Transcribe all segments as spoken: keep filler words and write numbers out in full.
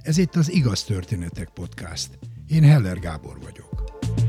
Ez itt az Igaz Történetek Podcast. Én Heller Gábor vagyok.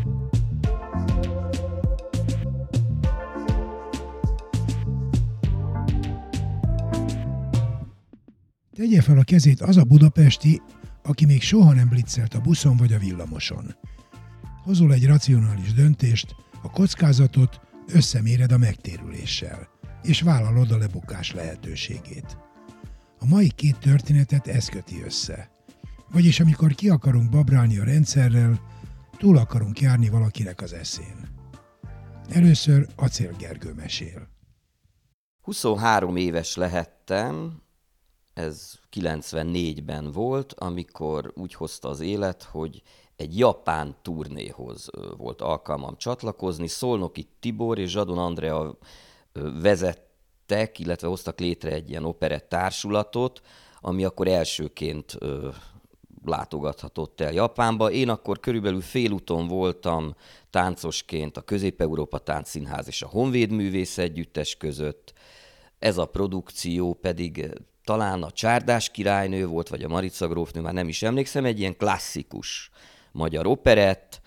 Tegye fel a kezét az a budapesti, aki még soha nem blitzelt a buszon vagy a villamoson. Hozol egy racionális döntést, a kockázatot összeméred a megtérüléssel, és vállalod a lebukás lehetőségét. A mai két történetet ez köti össze. Vagyis amikor ki akarunk babrálni a rendszerrel, túl akarunk járni valakinek az eszén. Először Acél Gergő mesél. huszonhárom éves lehettem, ez kilencvennégyben volt, amikor úgy hozta az élet, hogy egy japán turnéhoz volt alkalmam csatlakozni. Szolnoki Tibor és Zsadon Andrea vezettek, illetve hoztak létre egy ilyen operett társulatot, ami akkor elsőként látogathatott el Japánba. Én akkor körülbelül félúton voltam táncosként a Közép-Európa Táncszínház és a Honvéd Művész Együttes között. Ez a produkció pedig talán a Csárdás királynő volt, vagy a Marica grófnő, már nem is emlékszem, egy ilyen klasszikus magyar operett,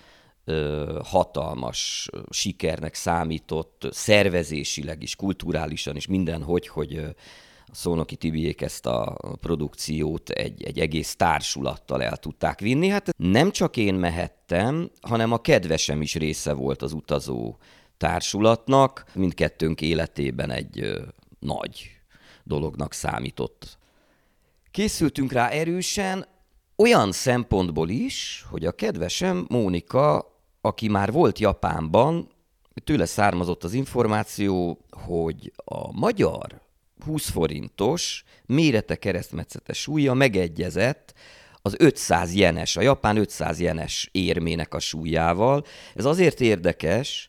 hatalmas sikernek számított, szervezésileg is, kulturálisan is, mindenhogy, hogy a Szolnoki Tibiék ezt a produkciót egy, egy egész társulattal el tudták vinni. Hát nem csak én mehettem, hanem a kedvesem is része volt az utazó társulatnak. Mindkettőnk életében egy ö, nagy dolognak számított. Készültünk rá erősen, olyan szempontból is, hogy a kedvesem Mónika, aki már volt Japánban, tőle származott az információ, hogy a magyar húsz forintos mérete keresztmetszete súlya megegyezett az ötszáz jenes, a japán ötszáz jenes érmének a súlyával. Ez azért érdekes,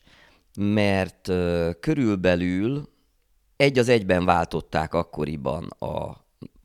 mert uh, körülbelül egy az egyben váltották akkoriban a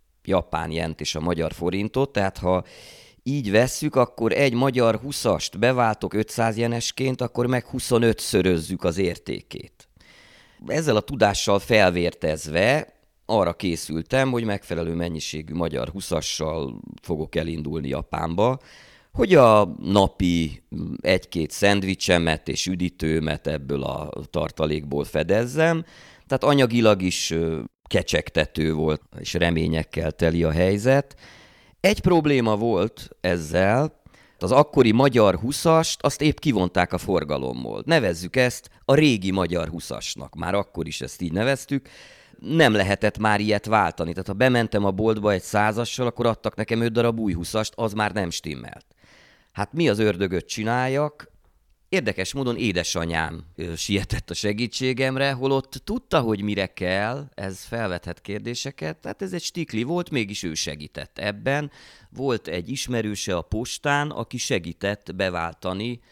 japán jent és a magyar forintot, tehát ha így vesszük, akkor egy magyar huszast beváltok ötszáz jenesként, akkor meg huszonötszörözzük az értékét. Ezzel a tudással felvértezve arra készültem, hogy megfelelő mennyiségű magyar huszassal fogok elindulni Japánba, hogy a napi egy-két szendvicsemet és üdítőmet ebből a tartalékból fedezzem. Tehát anyagilag is kecsegtető volt, és reményekkel teli a helyzet. Egy probléma volt ezzel, az akkori magyar huszast, azt épp kivonták a forgalomból. Nevezzük ezt a régi magyar huszasnak, már akkor is ezt így neveztük. Nem lehetett már ilyet váltani, tehát ha bementem a boltba egy százassal, akkor adtak nekem öt darab új huszast, az már nem stimmelt. Hát mi az ördögöt csináljak? Érdekes módon édesanyám sietett a segítségemre, holott tudta, hogy mire kell, ez felvethet kérdéseket, tehát ez egy stikli volt, mégis ő segített ebben. Volt egy ismerőse a postán, aki segített beváltani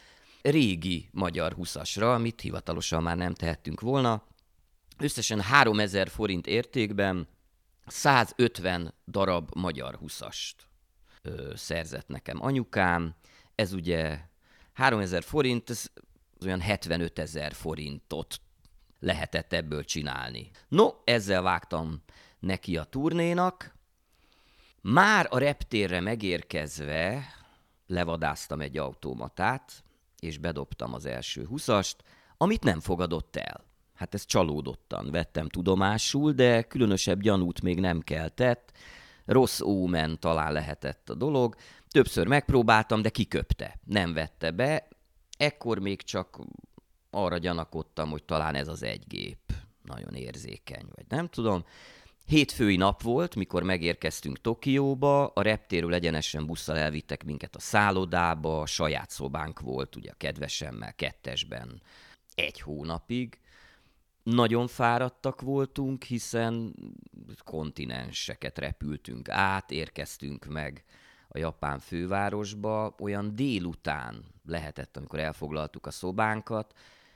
régi magyar huszasra, amit hivatalosan már nem tehettünk volna. Összesen háromezer forint értékben százötven darab magyar huszast ö, szerzett nekem anyukám. Ez ugye háromezer forint, ez olyan hetvenötezer forintot lehetett ebből csinálni. No, ezzel vágtam neki a turnénak. Már a reptérre megérkezve levadáztam egy automatát, és bedobtam az első huszast, amit nem fogadott el. Hát ezt csalódottan vettem tudomásul, de különösebb gyanút még nem keltett. Rossz ómen talán lehetett a dolog. Többször megpróbáltam, de kiköpte. Nem vette be. Ekkor még csak arra gyanakodtam, hogy talán ez az egy gép. Nagyon érzékeny, vagy nem tudom. Hétfői nap volt, mikor megérkeztünk Tokióba, a reptérről egyenesen busszal elvittek minket a szállodába, saját szobánk volt, ugye a kedvesemmel kettesben egy hónapig. Nagyon fáradtak voltunk, hiszen kontinenseket repültünk át, érkeztünk meg a japán fővárosba, olyan délután lehetett, amikor elfoglaltuk a szobánkat.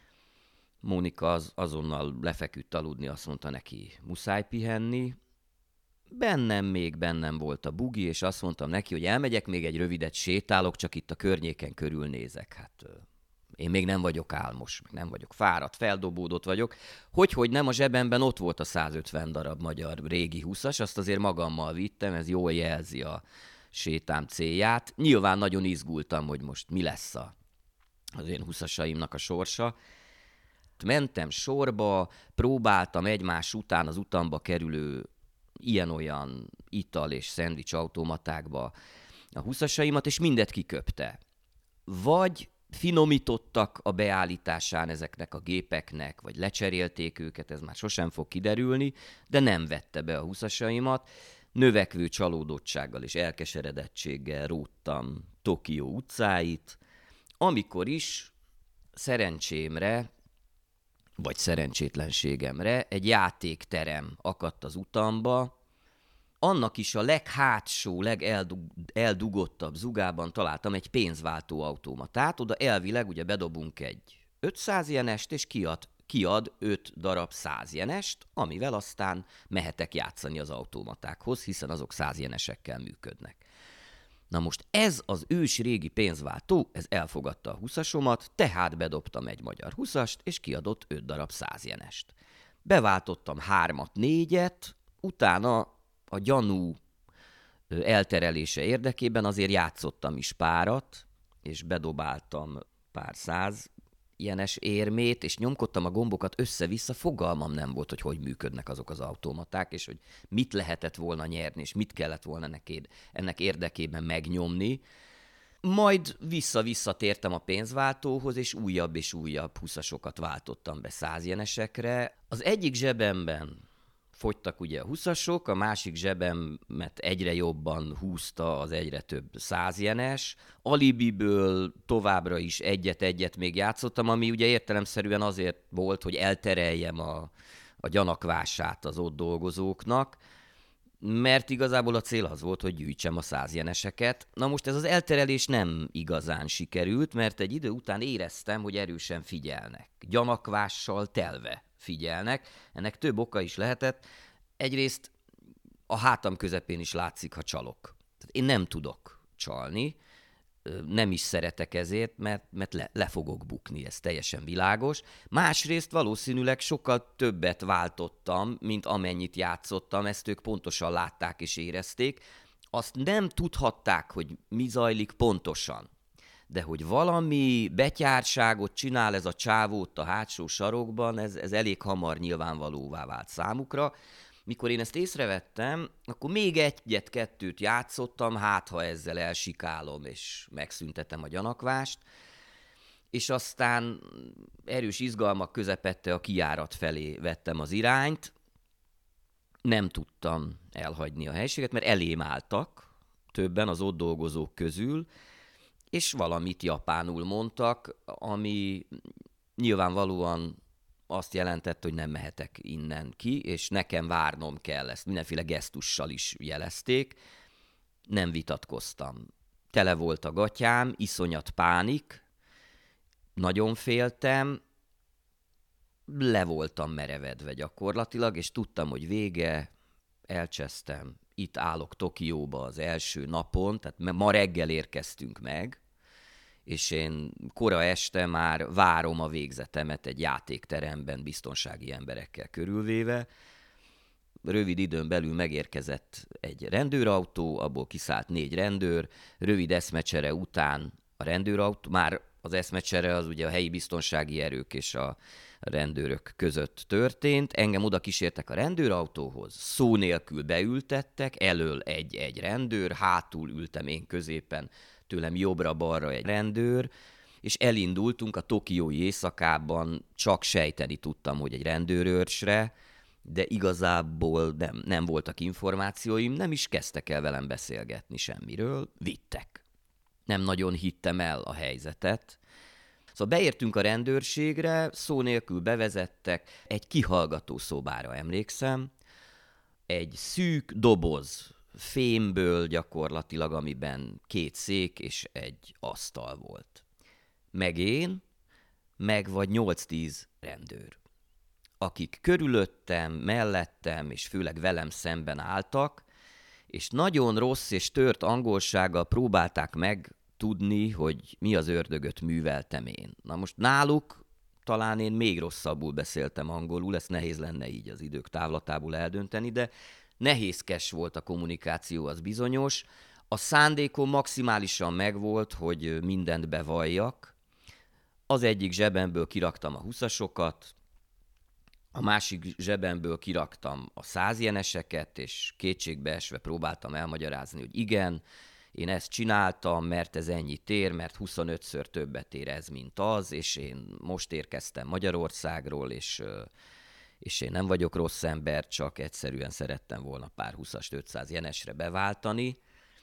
Mónika az, azonnal lefeküdt aludni, azt mondta neki, muszáj pihenni. Bennem még bennem volt a bugi, és azt mondtam neki, hogy elmegyek, még egy rövidet sétálok, csak itt a környéken körülnézek. Hát én még nem vagyok álmos, még nem vagyok fáradt, feldobódott vagyok. Hogyhogy nem, a zsebemben ott volt a százötven darab magyar régi huszas, azt azért magammal vittem, ez jól jelzi a sétám célját. Nyilván nagyon izgultam, hogy most mi lesz a, az én huszasaimnak a sorsa. Mentem sorba, próbáltam egymás után az utamba kerülő ilyen-olyan ital- és szendvics automatákba a huszasaimat, és mindet kiköpte. Vagy finomítottak a beállításán ezeknek a gépeknek, vagy lecserélték őket, ez már sosem fog kiderülni, de nem vette be a huszasaimat. Növekvő csalódottsággal és elkeseredettséggel róttam Tokió utcáit, amikor is szerencsémre, vagy szerencsétlenségemre egy játékterem akadt az utamba. Annak is a leghátsó, legeldugottabb zugában találtam egy pénzváltó automatát. Oda elvileg ugye bedobunk egy ötszáz jenest, és kiad, kiad öt darab száz jenest, amivel aztán mehetek játszani az automatákhoz, hiszen azok száz jenesekkel működnek. Na most ez az ős régi pénzváltó, ez elfogadta a huszasomat, tehát bedobtam egy magyar huszast, és kiadott öt darab száz jenest. Beváltottam hármat, négyet, utána a gyanú elterelése érdekében azért játszottam is párat, és bedobáltam pár száz jenes érmét, és nyomkodtam a gombokat össze-vissza, fogalmam nem volt, hogy hogy működnek azok az automaták, és hogy mit lehetett volna nyerni, és mit kellett volna ennek érdekében megnyomni. Majd vissza-visszatértem a pénzváltóhoz, és újabb és újabb huszasokat váltottam be száz jenesekre. Az egyik zsebemben fogytak ugye a huszasok, a másik zsebemet egyre jobban húzta az egyre több százjenes. Alibiből továbbra is egyet-egyet még játszottam, ami ugye értelemszerűen azért volt, hogy eltereljem a, a gyanakvását az ott dolgozóknak, mert igazából a cél az volt, hogy gyűjtsem a százjeneseket. Na most ez az elterelés nem igazán sikerült, mert egy idő után éreztem, hogy erősen figyelnek. Gyanakvással telve figyelnek. Ennek több oka is lehetett. Egyrészt a hátam közepén is látszik, ha csalok. Tehát én nem tudok csalni, nem is szeretek ezért, mert, mert le, le fogok bukni, ez teljesen világos. Másrészt valószínűleg sokkal többet váltottam, mint amennyit játszottam, ezt ők pontosan látták és érezték. Azt nem tudhatták, hogy mi zajlik pontosan. De hogy valami betyárságot csinál ez a csávó a hátsó sarokban, ez, ez elég hamar nyilvánvalóvá vált számukra. Mikor én ezt észrevettem, akkor még egyet-kettőt játszottam, hát ha ezzel elsikálom és megszüntetem a gyanakvást, és aztán erős izgalmak közepette a kijárat felé vettem az irányt. Nem tudtam elhagyni a helységet, mert elém álltak többen az ott dolgozók közül, és valamit japánul mondtak, ami nyilvánvalóan azt jelentett, hogy nem mehetek innen ki, és nekem várnom kell ezt. Mindenféle gesztussal is jelezték. Nem vitatkoztam. Tele volt a gatyám, iszonyat pánik, nagyon féltem, le voltam merevedve gyakorlatilag, és tudtam, hogy vége, elcsesztem. Itt állok Tokióba az első napon, tehát ma reggel érkeztünk meg, és én kora este már várom a végzetemet egy játékteremben biztonsági emberekkel körülvéve. Rövid időn belül megérkezett egy rendőrautó, abból kiszállt négy rendőr, rövid eszmecsere után a rendőrautó, már az eszmecsere az ugye a helyi biztonsági erők és a rendőrök között történt. Engem oda kísértek a rendőrautóhoz, szó nélkül beültettek, elől egy-egy rendőr, hátul ültem én középen, tőlem jobbra-balra egy rendőr, és elindultunk a tokiói éjszakában, csak sejteni tudtam, hogy egy rendőrőrsre, de igazából nem, nem voltak információim, nem is kezdtek el velem beszélgetni semmiről, vittek. Nem nagyon hittem el a helyzetet. Szóval beértünk a rendőrségre, szó nélkül bevezettek, egy kihallgató szobára emlékszem, egy szűk doboz, fémből gyakorlatilag, amiben két szék és egy asztal volt. Meg én, meg vagy nyolc-tíz rendőr, akik körülöttem, mellettem és főleg velem szemben álltak, és nagyon rossz és tört angolsággal próbálták meg tudni, hogy mi az ördögöt műveltem én. Na most náluk talán én még rosszabbul beszéltem angolul, ezt nehéz lenne így az idők távlatából eldönteni, de nehézkes volt a kommunikáció, az bizonyos. A szándékom maximálisan megvolt, hogy mindent bevalljak. Az egyik zsebemből kiraktam a huszasokat, a másik zsebemből kiraktam a százjeneseket, és kétségbeesve próbáltam elmagyarázni, hogy igen, én ezt csináltam, mert ez ennyit ér, mert huszonötször többet ér ez, mint az, és én most érkeztem Magyarországról, és, és én nem vagyok rossz ember, csak egyszerűen szerettem volna pár huszast ötszáz jenesre beváltani.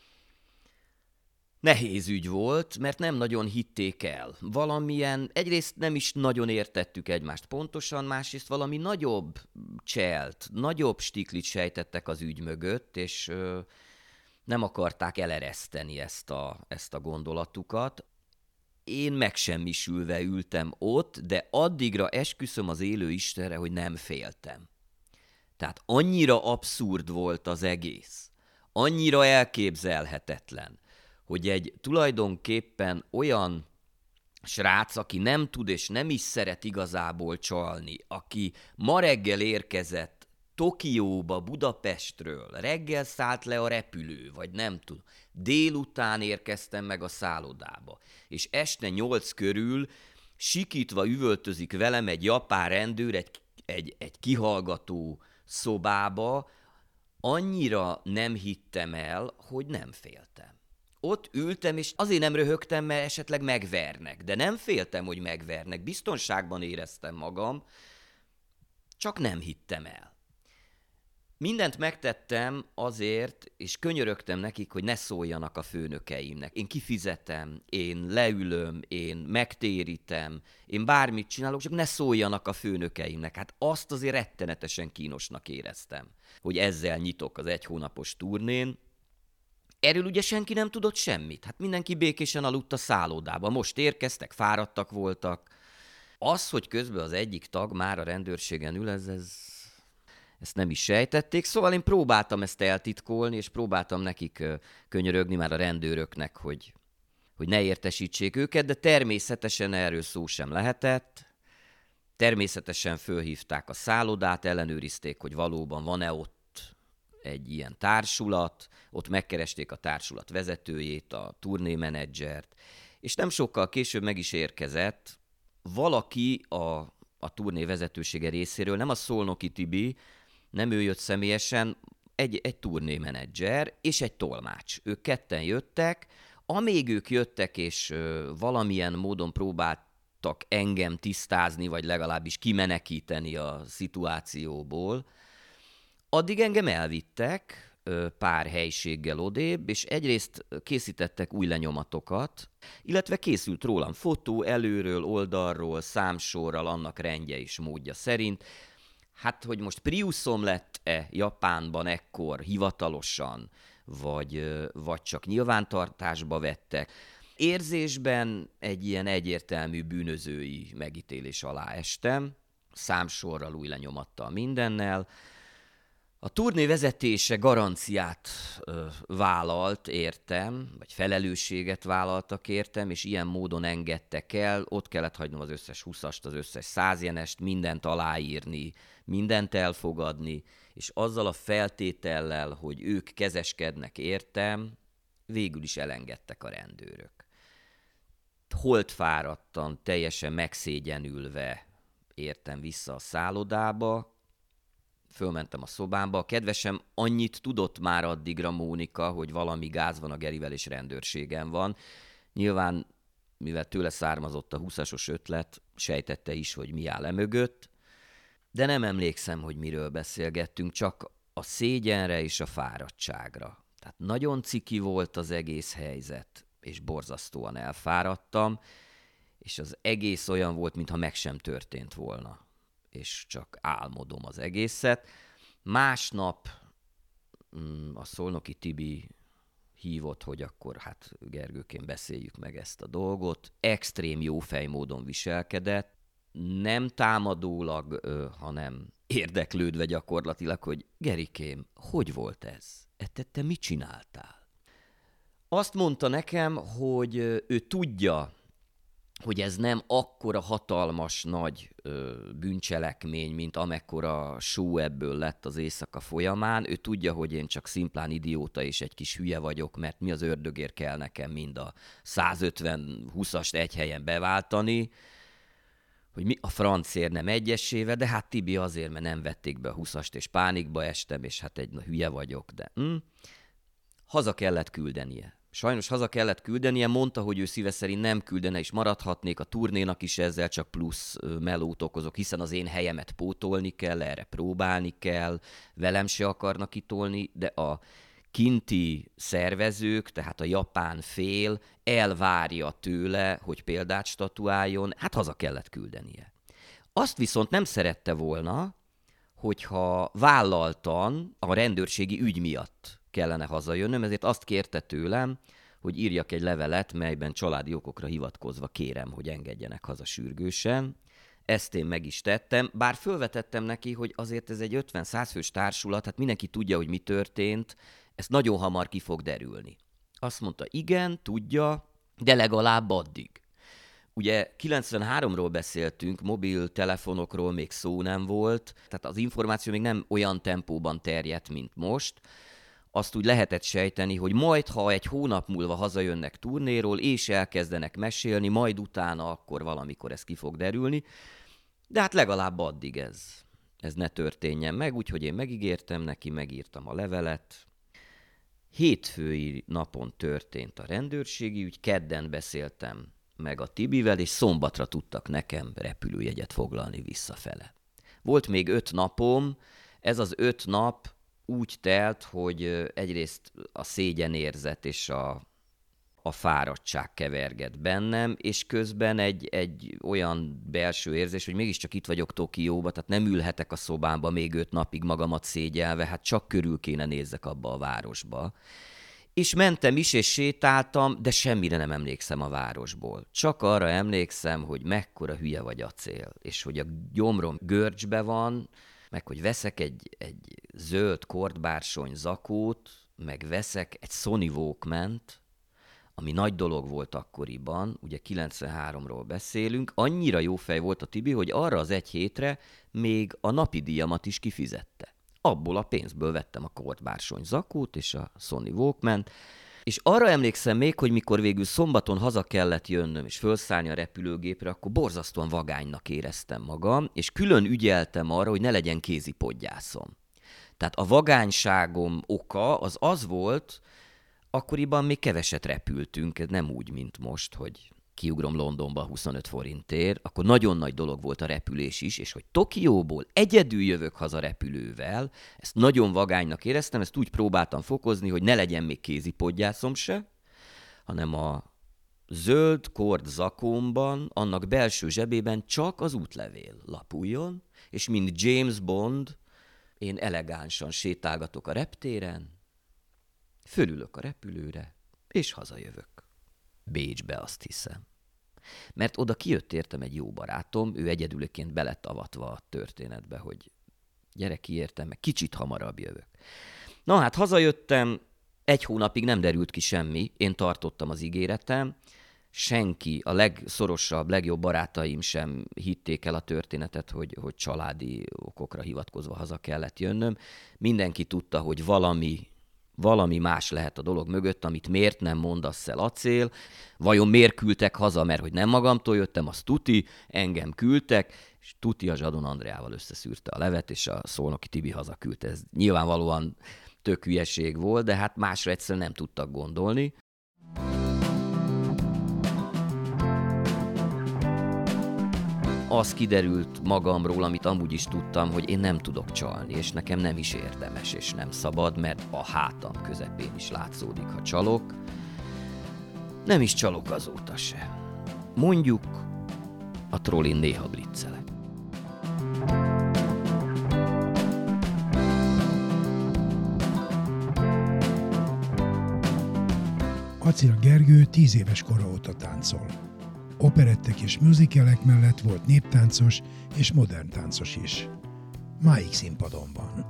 Nehéz ügy volt, mert nem nagyon hitték el. Valamilyen, egyrészt nem is nagyon értettük egymást pontosan, másrészt valami nagyobb cselt, nagyobb stiklit sejtettek az ügy mögött, és ö, nem akarták elereszteni ezt a, ezt a gondolatukat. Én megsemmisülve ültem ott, de addigra esküszöm az élő Istenre, hogy nem féltem. Tehát annyira abszurd volt az egész, annyira elképzelhetetlen, hogy egy tulajdonképpen olyan srác, aki nem tud és nem is szeret igazából csalni, aki ma reggel érkezett Tokióba, Budapestről, reggel szállt le a repülő, vagy nem tudom, délután érkeztem meg a szállodába, és este nyolc körül sikítva üvöltözik velem egy japán rendőr egy, egy, egy kihallgató szobába, annyira nem hittem el, hogy nem féltem. Ott ültem, és azért nem röhögtem, mert esetleg megvernek, de nem féltem, hogy megvernek, biztonságban éreztem magam, csak nem hittem el. Mindent megtettem azért, és könyörögtem nekik, hogy ne szóljanak a főnökeimnek. Én kifizetem, én leülöm, én megtérítem, én bármit csinálok, csak ne szóljanak a főnökeimnek. Hát azt azért rettenetesen kínosnak éreztem, hogy ezzel nyitok az egy hónapos turnén. Erről ugye senki nem tudott semmit. Hát mindenki békésen aludt a szállodában. Most érkeztek, fáradtak voltak. Az, hogy közben az egyik tag már a rendőrségen ül, ez, ez, ezt nem is sejtették. Szóval én próbáltam ezt eltitkolni, és próbáltam nekik könyörögni már a rendőröknek, hogy, hogy ne értesítsék őket, de természetesen erről szó sem lehetett. Természetesen fölhívták a szállodát, ellenőrizték, hogy valóban van-e ott egy ilyen társulat, ott megkeresték a társulat vezetőjét, a turnémenedzsert, és nem sokkal később meg is érkezett valaki a, a turné vezetősége részéről, nem a Szolnoki Tibi, nem ő jött személyesen, egy, egy turnémenedzser és egy tolmács. Ők ketten jöttek, amíg ők jöttek és ö, valamilyen módon próbáltak engem tisztázni, vagy legalábbis kimenekíteni a szituációból, addig engem elvittek pár helyiséggel odébb, és egyrészt készítettek új lenyomatokat, illetve készült rólam fotó előről, oldalról, számsorral, annak rendje és módja szerint. Hát, hogy most Priuszom lett-e Japánban ekkor hivatalosan, vagy, vagy csak nyilvántartásba vettek, érzésben egy ilyen egyértelmű bűnözői megítélés alá estem, számsorral, új lenyomattal, mindennel. A turné vezetése garanciát ö, vállalt értem, vagy felelősséget vállaltak értem, és ilyen módon engedtek el, ott kellett hagynom az összes huszast, az összes százjenest, mindent aláírni, mindent elfogadni, és azzal a feltétellel, hogy ők kezeskednek értem, végül is elengedtek a rendőrök. Holtfáradtan, teljesen megszégyenülve értem vissza a szállodába, fölmentem a szobámba. A kedvesem annyit tudott már addigra, Mónika, hogy valami gáz van a Gerivel és rendőrségem van. Nyilván, mivel tőle származott a húszasos ötlet, sejtette is, hogy mi áll e mögött, de nem emlékszem, hogy miről beszélgettünk, csak a szégyenre és a fáradtságra. Tehát nagyon ciki volt az egész helyzet, és borzasztóan elfáradtam, és az egész olyan volt, mintha meg sem történt volna, és csak álmodom az egészet. Másnap a Szolnoki Tibi hívott, hogy akkor hát Gergőkén beszéljük meg ezt a dolgot. Extrém jófej módon viselkedett, nem támadólag, hanem érdeklődve gyakorlatilag, hogy Gerikém, hogy volt ez? Te, te mit csináltál? Azt mondta nekem, hogy ő tudja, hogy ez nem akkora hatalmas nagy ö, bűncselekmény, mint amekkora show ebből lett az éjszaka folyamán. Ő tudja, hogy én csak szimplán idióta és egy kis hülye vagyok, mert mi az ördögért kell nekem mind a százötven húszast egy helyen beváltani, hogy mi a francért nem egyesével, de hát Tibi azért, mert nem vették be a húszast, és pánikba estem, és hát egy na, hülye vagyok, de hm? Haza kellett küldenie. Sajnos haza kellett küldenie, mondta, hogy ő szíve szerint nem küldene, és maradhatnék a turnénak is ezzel, csak plusz melót okozok, hiszen az én helyemet pótolni kell, erre próbálni kell, velem se akarnak kitolni, de a kinti szervezők, tehát a japán fél elvárja tőle, hogy példát statuáljon, hát haza kellett küldenie. Azt viszont nem szerette volna, hogyha vállaltan a rendőrségi ügy miatt kellene hazajönnöm, ezért azt kérte tőlem, hogy írjak egy levelet, melyben családi okokra hivatkozva kérem, hogy engedjenek haza sürgősen. Ezt én meg is tettem, bár fölvetettem neki, hogy azért ez egy ötven-száz fős társulat, hát mindenki tudja, hogy mi történt, ez nagyon hamar ki fog derülni. Azt mondta, igen, tudja, de legalább addig. Ugye kilencvenháromról beszéltünk, mobiltelefonokról még szó nem volt, tehát az információ még nem olyan tempóban terjedt, mint most. Azt úgy lehetett sejteni, hogy majd, ha egy hónap múlva hazajönnek turnéról, és elkezdenek mesélni, majd utána akkor valamikor ez ki fog derülni. De hát legalább addig ez, ez ne történjen meg, úgyhogy én megígértem neki, megírtam a levelet. Hétfői napon történt a rendőrségi ügy, kedden beszéltem meg a Tibivel, és szombatra tudtak nekem repülőjegyet foglalni visszafele. Volt még öt napom, ez az öt nap úgy telt, hogy egyrészt a szégyenérzet és a, a fáradtság keverget bennem, és közben egy, egy olyan belső érzés, hogy mégiscsak itt vagyok Tokióba, tehát nem ülhetek a szobámba még öt napig magamat szégyelve, hát csak körül kéne nézzek abba a városba. És mentem is, és sétáltam, de semmire nem emlékszem a városból. Csak arra emlékszem, hogy mekkora hülye vagy acél, és hogy a gyomrom görcsbe van, meg hogy veszek egy, egy zöld kordbársony zakót, meg veszek egy Sony Walkmant, ami nagy dolog volt akkoriban, ugye kilencvenháromról beszélünk, annyira jó fej volt a Tibi, hogy arra az egy hétre még a napi díjamat is kifizette. Abból a pénzből vettem a kordbársony zakót és a Sony Walkmant, és arra emlékszem még, hogy mikor végül szombaton haza kellett jönnöm és felszállni a repülőgépre, akkor borzasztóan vagánynak éreztem magam, és külön ügyeltem arra, hogy ne legyen kézipodgyászom. Tehát a vagányságom oka az az volt, akkoriban még keveset repültünk, ez nem úgy, mint most, hogy kiugrom Londonba huszonöt forintért, akkor nagyon nagy dolog volt a repülés is, és hogy Tokióból egyedül jövök haza repülővel, ezt nagyon vagánynak éreztem, ezt úgy próbáltam fokozni, hogy ne legyen még kézipodgyászom se, hanem a zöld kord zakómban, annak belső zsebében csak az útlevél lapuljon, és mint James Bond, én elegánsan sétálgatok a reptéren, fölülök a repülőre, és hazajövök. Bécsbe, azt hiszem. Mert oda kijött értem egy jó barátom, ő egyedülként be lett avatva a történetbe, hogy gyere, kiértem, meg kicsit hamarabb jövök. Na hát hazajöttem, egy hónapig nem derült ki semmi, én tartottam az ígéretem, senki, a legszorosabb, legjobb barátaim sem hitték el a történetet, hogy, hogy családi okokra hivatkozva haza kellett jönnöm. Mindenki tudta, hogy valami Valami más lehet a dolog mögött, amit miért nem mondasz el acél. Vajon miért küldtek haza, mert hogy nem magamtól jöttem, az tuti, engem küldtek, és tuti a Zsadon Andreával összeszűrte a levet, és a Szolnoki Tibi hazaküldte. Ez nyilvánvalóan tök hülyeség volt, de hát másra egyszerűen nem tudtak gondolni. Az kiderült magamról, amit amúgy is tudtam, hogy én nem tudok csalni, és nekem nem is érdemes, és nem szabad, mert a hátam közepén is látszódik, ha csalok. Nem is csalok azóta se. Mondjuk a trollin néha blitzelek. Acél Gergő tíz éves kora óta táncol. Operettek és musicalek mellett volt néptáncos és modern táncos is. Máig színpadon van.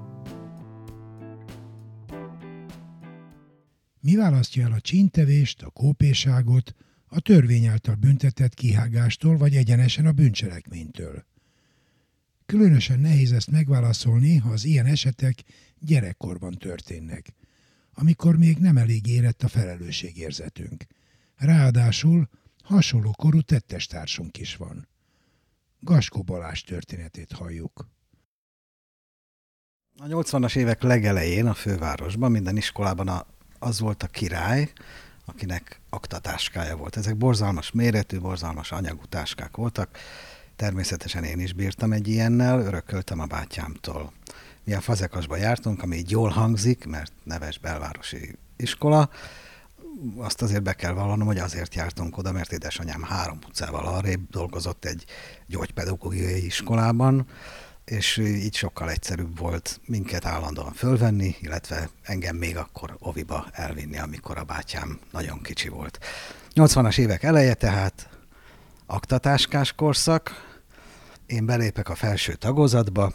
Mi választja el a csíntevést, a kópéságot, a törvény által büntetett kihágástól vagy egyenesen a bűncselekménytől. Különösen nehéz ezt megválaszolni, ha az ilyen esetek gyerekkorban történnek, amikor még nem elég érett a felelősségérzetünk. Ráadásul hasonló korú tettestársunk is van. Gaskó Balázs történetét halljuk. A nyolcvanas évek legelején a fővárosban minden iskolában a, az volt a király, akinek aktatáskája volt. Ezek borzalmas méretű, borzalmas anyagú táskák voltak. Természetesen én is bírtam egy ilyennel, örököltem a bátyámtól. Mi a Fazekasba jártunk, ami így jól hangzik, mert neves belvárosi iskola. Azt azért be kell vallanom, hogy azért jártunk oda, mert édesanyám három utcával arrébb dolgozott egy gyógypedagógiai iskolában, és így sokkal egyszerűbb volt minket állandóan fölvenni, illetve engem még akkor oviba elvinni, amikor a bátyám nagyon kicsi volt. nyolcvanas évek eleje tehát, aktatáskás korszak, én belépek a felső tagozatba,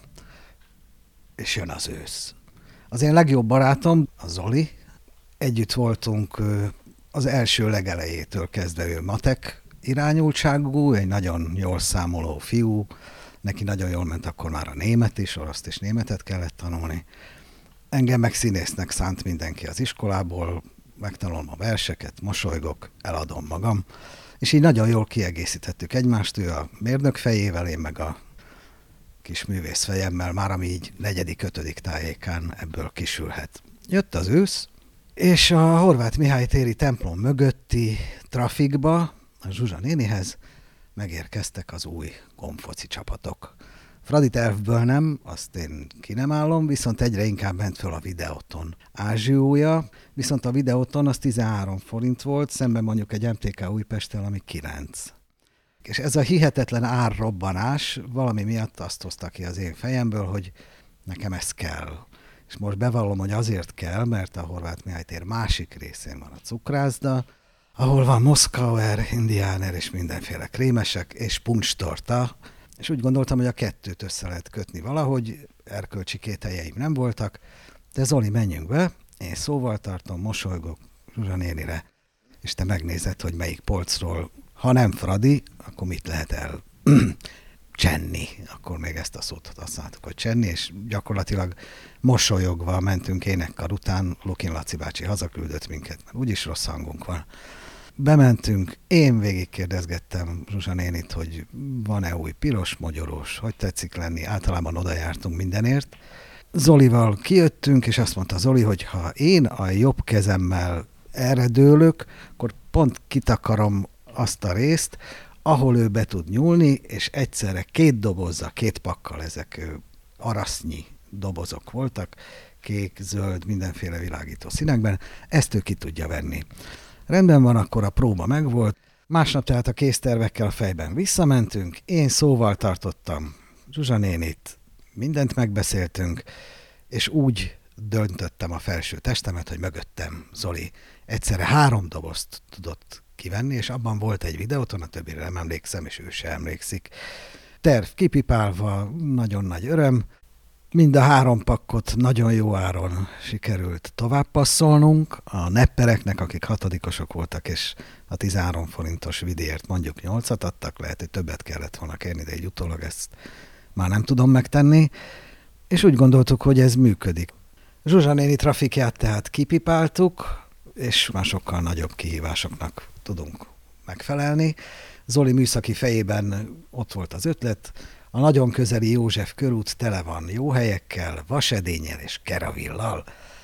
és jön az ősz. Az én legjobb barátom, a Zoli, együtt voltunk az első legelejétől kezdve, ő matek irányultságú, egy nagyon jól számoló fiú, neki nagyon jól ment akkor már a német is, oroszt és németet kellett tanulni. Engem meg színésznek szánt mindenki az iskolából, megtanulom a verseket, mosolygok, eladom magam, és így nagyon jól kiegészítettük egymást, ő a mérnök fejével, én meg a kis művész fejemmel, már ami így negyedik, ötödik tájékán ebből kisülhet. Jött az ősz, és a Horváth Mihály téri templom mögötti trafikba, a Zsuzsa nénihez megérkeztek az új gombfoci csapatok. Fradi tervből nem, azt én ki nem állom, viszont egyre inkább ment föl a Videoton ázsiója, viszont a Videoton az tizenhárom forint volt, szemben mondjuk egy em té ká Újpesttel, ami kilenc. És ez a hihetetlen árrobbanás valami miatt azt hozta ki az én fejemből, hogy nekem ez kell. És most bevallom, hogy azért kell, mert a Horváth Mihály tér másik részén van a cukrászda, ahol van Moszkauer, indiáner és mindenféle krémesek, és puncstorta, és úgy gondoltam, hogy a kettőt össze lehet kötni valahogy, erkölcsi kételjeim nem voltak, de Zoli, menjünk be, én szóval tartom, mosolygok Zsuzsa nénire, és te megnézed, hogy melyik polcról, ha nem Fradi, akkor mit lehet el csenni. Akkor még ezt a szót használtuk, hogy csenni, és gyakorlatilag mosolyogva mentünk énekkar után, Lukin Laci bácsi hazaküldött minket, mert úgyis rossz hangunk van. Bementünk, én végig kérdezgettem Zsuzsa nénit, hogy van-e új piros, mogyorós, hogy tetszik lenni, általában oda jártunk mindenért. Zolival kijöttünk, és azt mondta Zoli, hogy ha én a jobb kezemmel erre dőlök, akkor pont kitakarom azt a részt, ahol ő be tud nyúlni, és egyszerre két dobozza, két pakkal, ezek arasznyi dobozok voltak, kék, zöld, mindenféle világító színekben, ezt ő ki tudja venni. Rendben van, akkor a próba megvolt, másnap tehát a késztervekkel a fejben visszamentünk, én szóval tartottam Zsuzsa nénit, mindent megbeszéltünk, és úgy döntöttem a felső testemet, hogy mögöttem Zoli egyszerre három dobozt tudott kivenni, és abban volt egy Videóton, a többire nem emlékszem, és ő se emlékszik. Terv kipipálva, nagyon nagy öröm. Mind a három pakkot nagyon jó áron sikerült tovább passzolnunk. A neppereknek, akik hatodikosok voltak, és a tizenhárom forintos vidiért mondjuk nyolcat adtak, lehet, hogy többet kellett volna kérni, de egy utólag ezt már nem tudom megtenni. És úgy gondoltuk, hogy ez működik. Zsuzsa néni trafikját tehát kipipáltuk, és már sokkal nagyobb kihívásoknak tudunk megfelelni. Zoli műszaki fejében ott volt az ötlet, a nagyon közeli József körút tele van jó helyekkel, vasedénnyel és keravillal.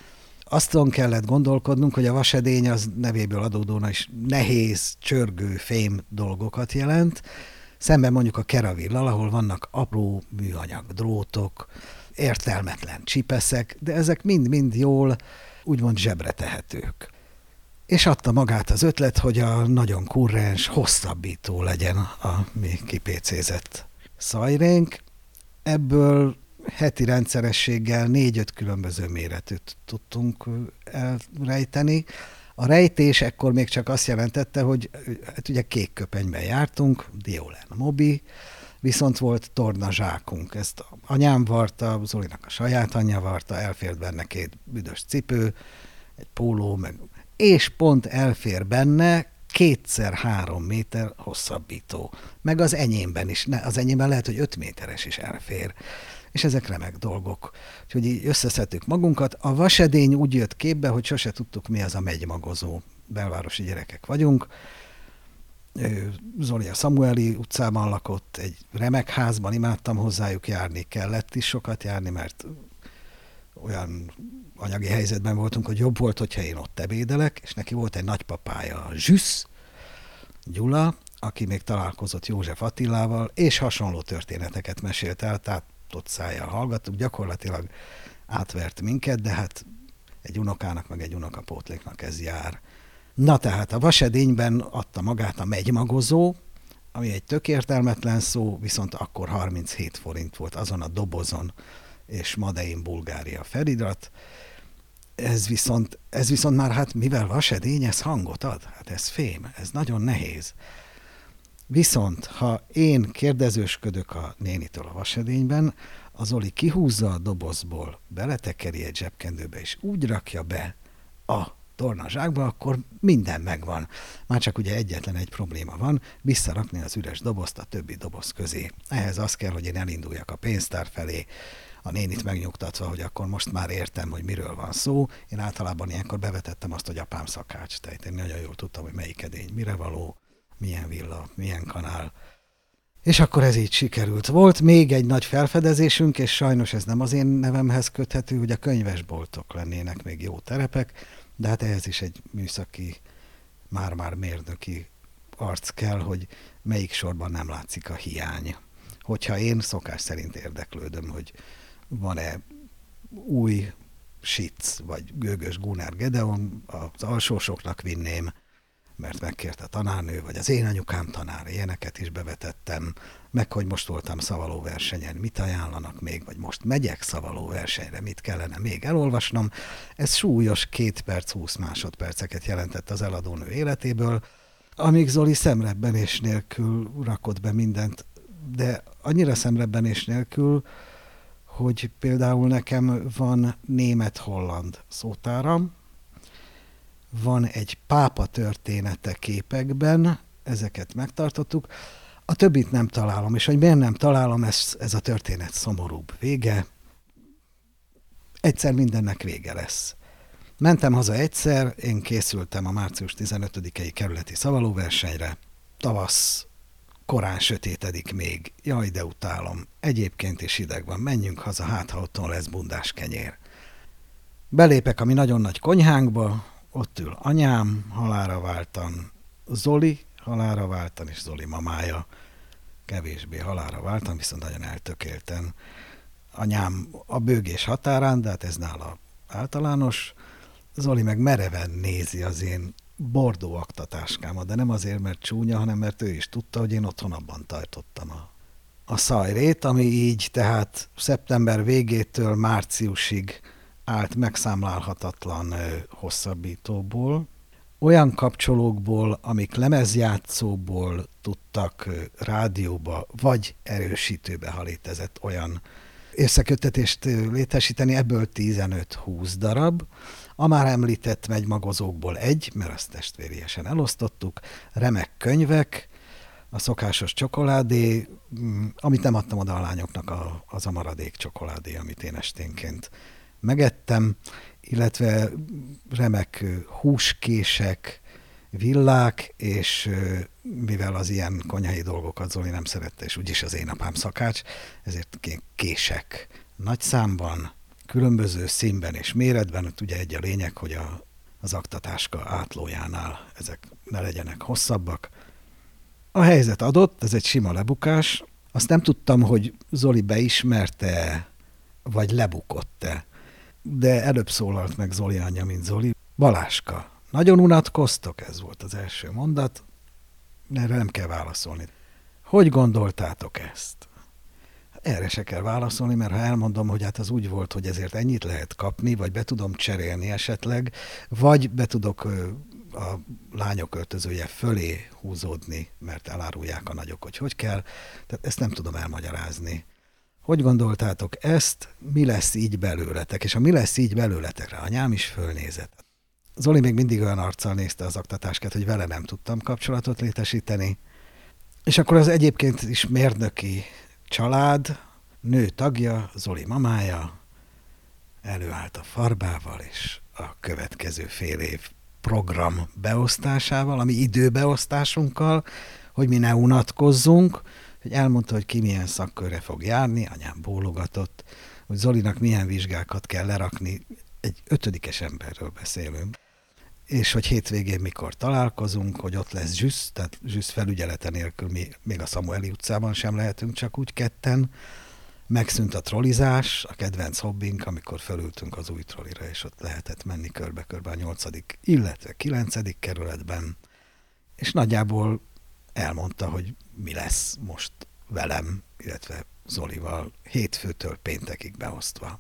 Azton kellett gondolkodnunk, hogy a vasedény az nevéből adódóan is nehéz, csörgő, fém dolgokat jelent, szemben mondjuk a keravillal, ahol vannak apró műanyag drótok, értelmetlen csipeszek, de ezek mind-mind jól, úgymond zsebre tehetők. És adta magát az ötlet, hogy a nagyon kurrens, hosszabbító legyen a mi kipécézett szajrénk. Ebből heti rendszerességgel négy-öt különböző méretűt tudtunk elrejteni. A rejtés ekkor még csak azt jelentette, hogy hát ugye kék köpenyben jártunk, Diolen Mobi, viszont volt torna zsákunk. Ezt anyám varta, Zolinak a saját anyja varta, elfért benne két büdös cipő, egy póló, meg és pont elfér benne kétszer három méter hosszabbító. Meg az enyémben is. Ne, az enyémben lehet, hogy öt méteres is elfér. És ezek remek dolgok. Úgyhogy így összeszedtük magunkat. A vasedény úgy jött képbe, hogy sose tudtuk, mi az a megymagozó. Belvárosi gyerekek vagyunk. Zoli a Samueli utcában lakott, egy remek házban, imádtam hozzájuk járni, kellett is sokat járni, mert olyan anyagi helyzetben voltunk, hogy jobb volt, hogyha én ott ebédelek, és neki volt egy nagypapája, Zsüsz, Gyula, aki még találkozott József Attilával, és hasonló történeteket mesélt el, tehát ott szájjal hallgattuk, gyakorlatilag átvert minket, de hát egy unokának, meg egy unokapótléknak ez jár. Na tehát a vasedényben adta magát a megymagozó, ami egy tök értelmetlen szó, viszont akkor harminchét forint volt azon a dobozon, és Made in Bulgária felirat. Ez viszont, ez viszont már hát mivel vasedény, ez hangot ad, hát ez fém, ez nagyon nehéz. Viszont ha én kérdezősködök a nénitől a vasedényben, az Zoli kihúzza a dobozból, beletekeri egy zsebkendőbe, és úgy rakja be a tornazsákba, akkor minden megvan. Már csak ugye egyetlen egy probléma van, visszarakni az üres dobozt a többi doboz közé. Ehhez az kell, hogy én elinduljak a pénztár felé, a nénit megnyugtatva, hogy akkor most már értem, hogy miről van szó. Én általában ilyenkor bevetettem azt, hogy apám szakács, tehát én nagyon jól tudtam, hogy melyik edény mire való, milyen villa, milyen kanál. És akkor ez így sikerült. Volt még egy nagy felfedezésünk, és sajnos ez nem az én nevemhez köthető, hogy a könyvesboltok lennének még jó terepek, de hát ehhez is egy műszaki, már-már mérnöki arc kell, hogy melyik sorban nem látszik a hiány. Hogyha én szokás szerint érdeklődöm, hogy van-e új Sitz, vagy Gőgös Gunnar Gedeon, az alsósoknak vinném, mert megkérte a tanárnő, vagy az én anyukám tanár, ilyeneket is bevetettem, meg hogy most voltam szavalóversenyen, mit ajánlanak még, vagy most megyek szavalóversenyre, mit kellene még elolvasnom. Ez súlyos két perc, húsz másodperceket jelentett az eladónő életéből, amíg Zoli szemrebbenés nélkül rakott be mindent, de annyira szemrebbenés nélkül, hogy például nekem van német-holland szótáram, van egy pápa története képekben, ezeket megtartottuk, a többit nem találom, és hogy miért nem találom, ez, ez a történet szomorúbb vége. Egyszer mindennek vége lesz. Mentem haza egyszer, én készültem a március tizenötödikei kerületi szavalóversenyre, tavasz, korán sötétedik még, jaj, de utálom, egyébként is hideg van, menjünk haza, hát ha otthon lesz bundás kenyér. Belépek a mi nagyon nagy konyhánkba, ott ül anyám, halálra váltan, Zoli halálra váltan, és Zoli mamája kevésbé halálra váltan, viszont nagyon eltökélten. Anyám a bőgés határán, de hát ez nála általános. Zoli meg mereven nézi az én bordó aktatáskámat, de nem azért, mert csúnya, hanem mert ő is tudta, hogy én otthon abban tartottam a, a szajrét, ami így tehát szeptember végétől márciusig állt megszámlálhatatlan ö, hosszabbítóból, olyan kapcsolókból, amik lemezjátszóból tudtak ö, rádióba vagy erősítőbe, ha létezett olyan összeköttetést ö, létesíteni, ebből tizenöt-húsz darab. A már említett megymagozókból egy, mert azt testvériesen elosztottuk, remek könyvek, a szokásos csokoládé, amit nem adtam oda a lányoknak, a, az a maradék csokoládé, amit én esténként megettem, illetve remek húskések, villák, és mivel az ilyen konyhai dolgokat Zoli nem szerette, és úgyis az én apám szakács, ezért kések nagy számban, különböző színben és méretben, ott ugye egy a lényeg, hogy a, az aktatáska átlójánál ezek ne legyenek hosszabbak. A helyzet adott, ez egy sima lebukás, azt nem tudtam, hogy Zoli beismerte, vagy lebukott-e, de előbb szólalt meg Zoli anyja, mint Zoli. Baláska, nagyon unatkoztok, ez volt az első mondat, erre nem kell válaszolni. Hogy gondoltátok ezt? Erre se kell válaszolni, mert ha elmondom, hogy hát az úgy volt, hogy ezért ennyit lehet kapni, vagy be tudom cserélni esetleg, vagy be tudok a lányok öltözője fölé húzódni, mert elárulják a nagyok, hogy hogy kell, tehát ezt nem tudom elmagyarázni. Hogy gondoltátok ezt, mi lesz így belőletek? És a mi lesz így belőletekre anyám is fölnézett. Zoli még mindig olyan arccal nézte az oktatáskát, hogy vele nem tudtam kapcsolatot létesíteni. És akkor az egyébként is mérnöki család, nő tagja, Zoli mamája előállt a farbával, és a következő fél év program beosztásával, ami időbeosztásunkkal, hogy mi ne unatkozzunk, hogy elmondta, hogy ki milyen szakkörre fog járni, anyám bólogatott, hogy Zolinak milyen vizsgákat kell lerakni, egy ötödikes emberről beszélünk, és hogy hétvégén mikor találkozunk, hogy ott lesz Zsüsz, tehát Zsüsz felügyelete nélkül mi még a Szamueli utcában sem lehetünk csak úgy ketten. Megszűnt a trollizás, a kedvenc hobbink, amikor felültünk az új trollira, és ott lehetett menni körbe-körbe a nyolcadik, illetve kilencedik kerületben, és nagyjából elmondta, hogy mi lesz most velem, illetve Zolival hétfőtől péntekig beosztva.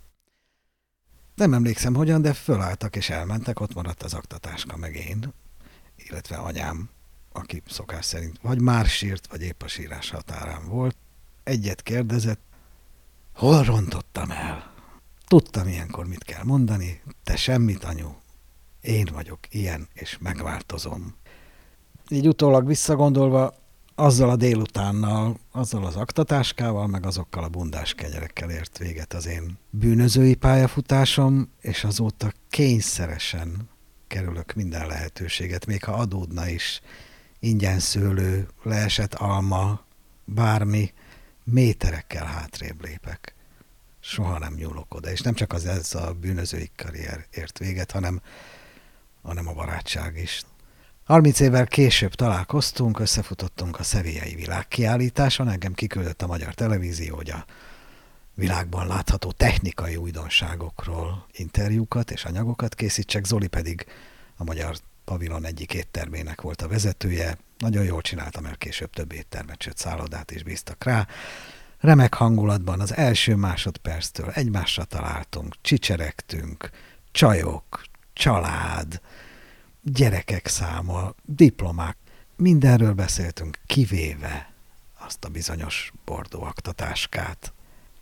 Nem emlékszem hogyan, de fölálltak és elmentek, ott maradt az aktatáska meg én, illetve anyám, aki szokás szerint vagy már sírt, vagy épp a sírás határán volt. Egyet kérdezett, hol rontottam el? Tudtam ilyenkor mit kell mondani, te semmit, anyu, én vagyok ilyen, és megváltozom. Így utólag visszagondolva, azzal a délutánnal, azzal az aktatáskával, meg azokkal a bundás kenyerekkel ért véget az én bűnözői pályafutásom, és azóta kényszeresen kerülök minden lehetőséget, még ha adódna is, ingyen szőlő, leesett alma, bármi, méterekkel hátrébb lépek. Soha nem nyúlok oda, és nem csak az ez a bűnözői karrier ért véget, hanem, hanem a barátság is. harminc évvel később találkoztunk, összefutottunk a Sevillai világkiállításon, engem kiküldött a Magyar Televízió, hogy a világban látható technikai újdonságokról interjúkat és anyagokat készítsek, Zoli pedig a Magyar Pavilon egyik éttermének volt a vezetője. Nagyon jól csináltam, mert később több éttermet, sőt szállodát is bíztak rá. Remek hangulatban az első másodperctől egymásra találtunk, csicseregtünk, csajok, család, gyerekek száma, diplomák, mindenről beszéltünk, kivéve azt a bizonyos bordó aktatáskát.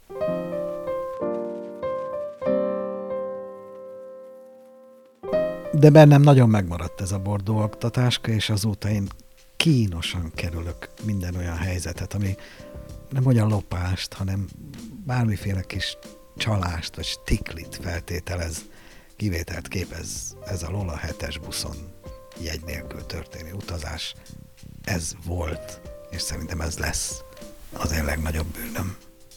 De bennem nagyon megmaradt ez a bordó aktatáska, és azóta én kínosan kerülök minden olyan helyzetet, ami nem olyan lopást, hanem bármiféle kis csalást vagy stiklit feltételez, kivételt képez ez a Lola hetes buszon jegy nélkül történő utazás. Ez volt, és szerintem ez lesz az én legnagyobb bűnöm.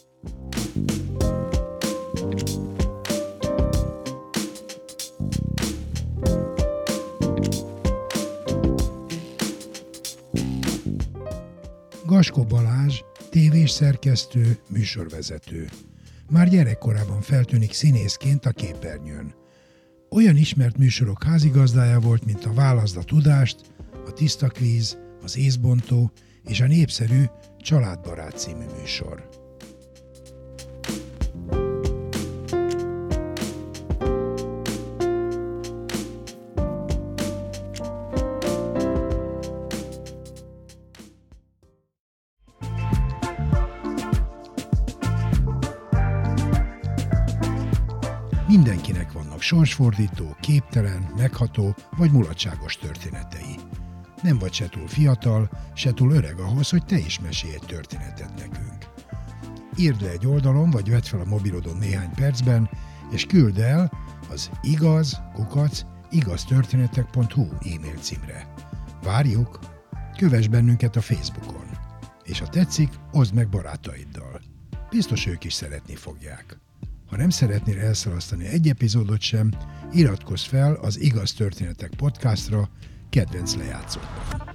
Gaskó Balázs, tévés szerkesztő, műsorvezető. Már gyerekkorában feltűnik színészként a képernyőn. Olyan ismert műsorok házigazdája volt, mint a Válaszd a tudást, a Tiszta kvíz, az Észbontó és a népszerű Családbarát című műsor. Mindenkinek vannak sorsfordító, képtelen, megható vagy mulatságos történetei. Nem vagy se túl fiatal, se túl öreg ahhoz, hogy te is mesélj egy történetet nekünk. Írd le egy oldalon, vagy vedd fel a mobilodon néhány percben, és küld el az igaz kukac igaztörténetek pont hu e-mail címre. Várjuk! Kövess bennünket a Facebookon. És ha tetszik, oszd meg barátaiddal. Biztos ők is szeretni fogják. Ha nem szeretnél elszalasztani egy epizódot sem, iratkozz fel az Igaz Történetek podcastra kedvenc lejátszódban.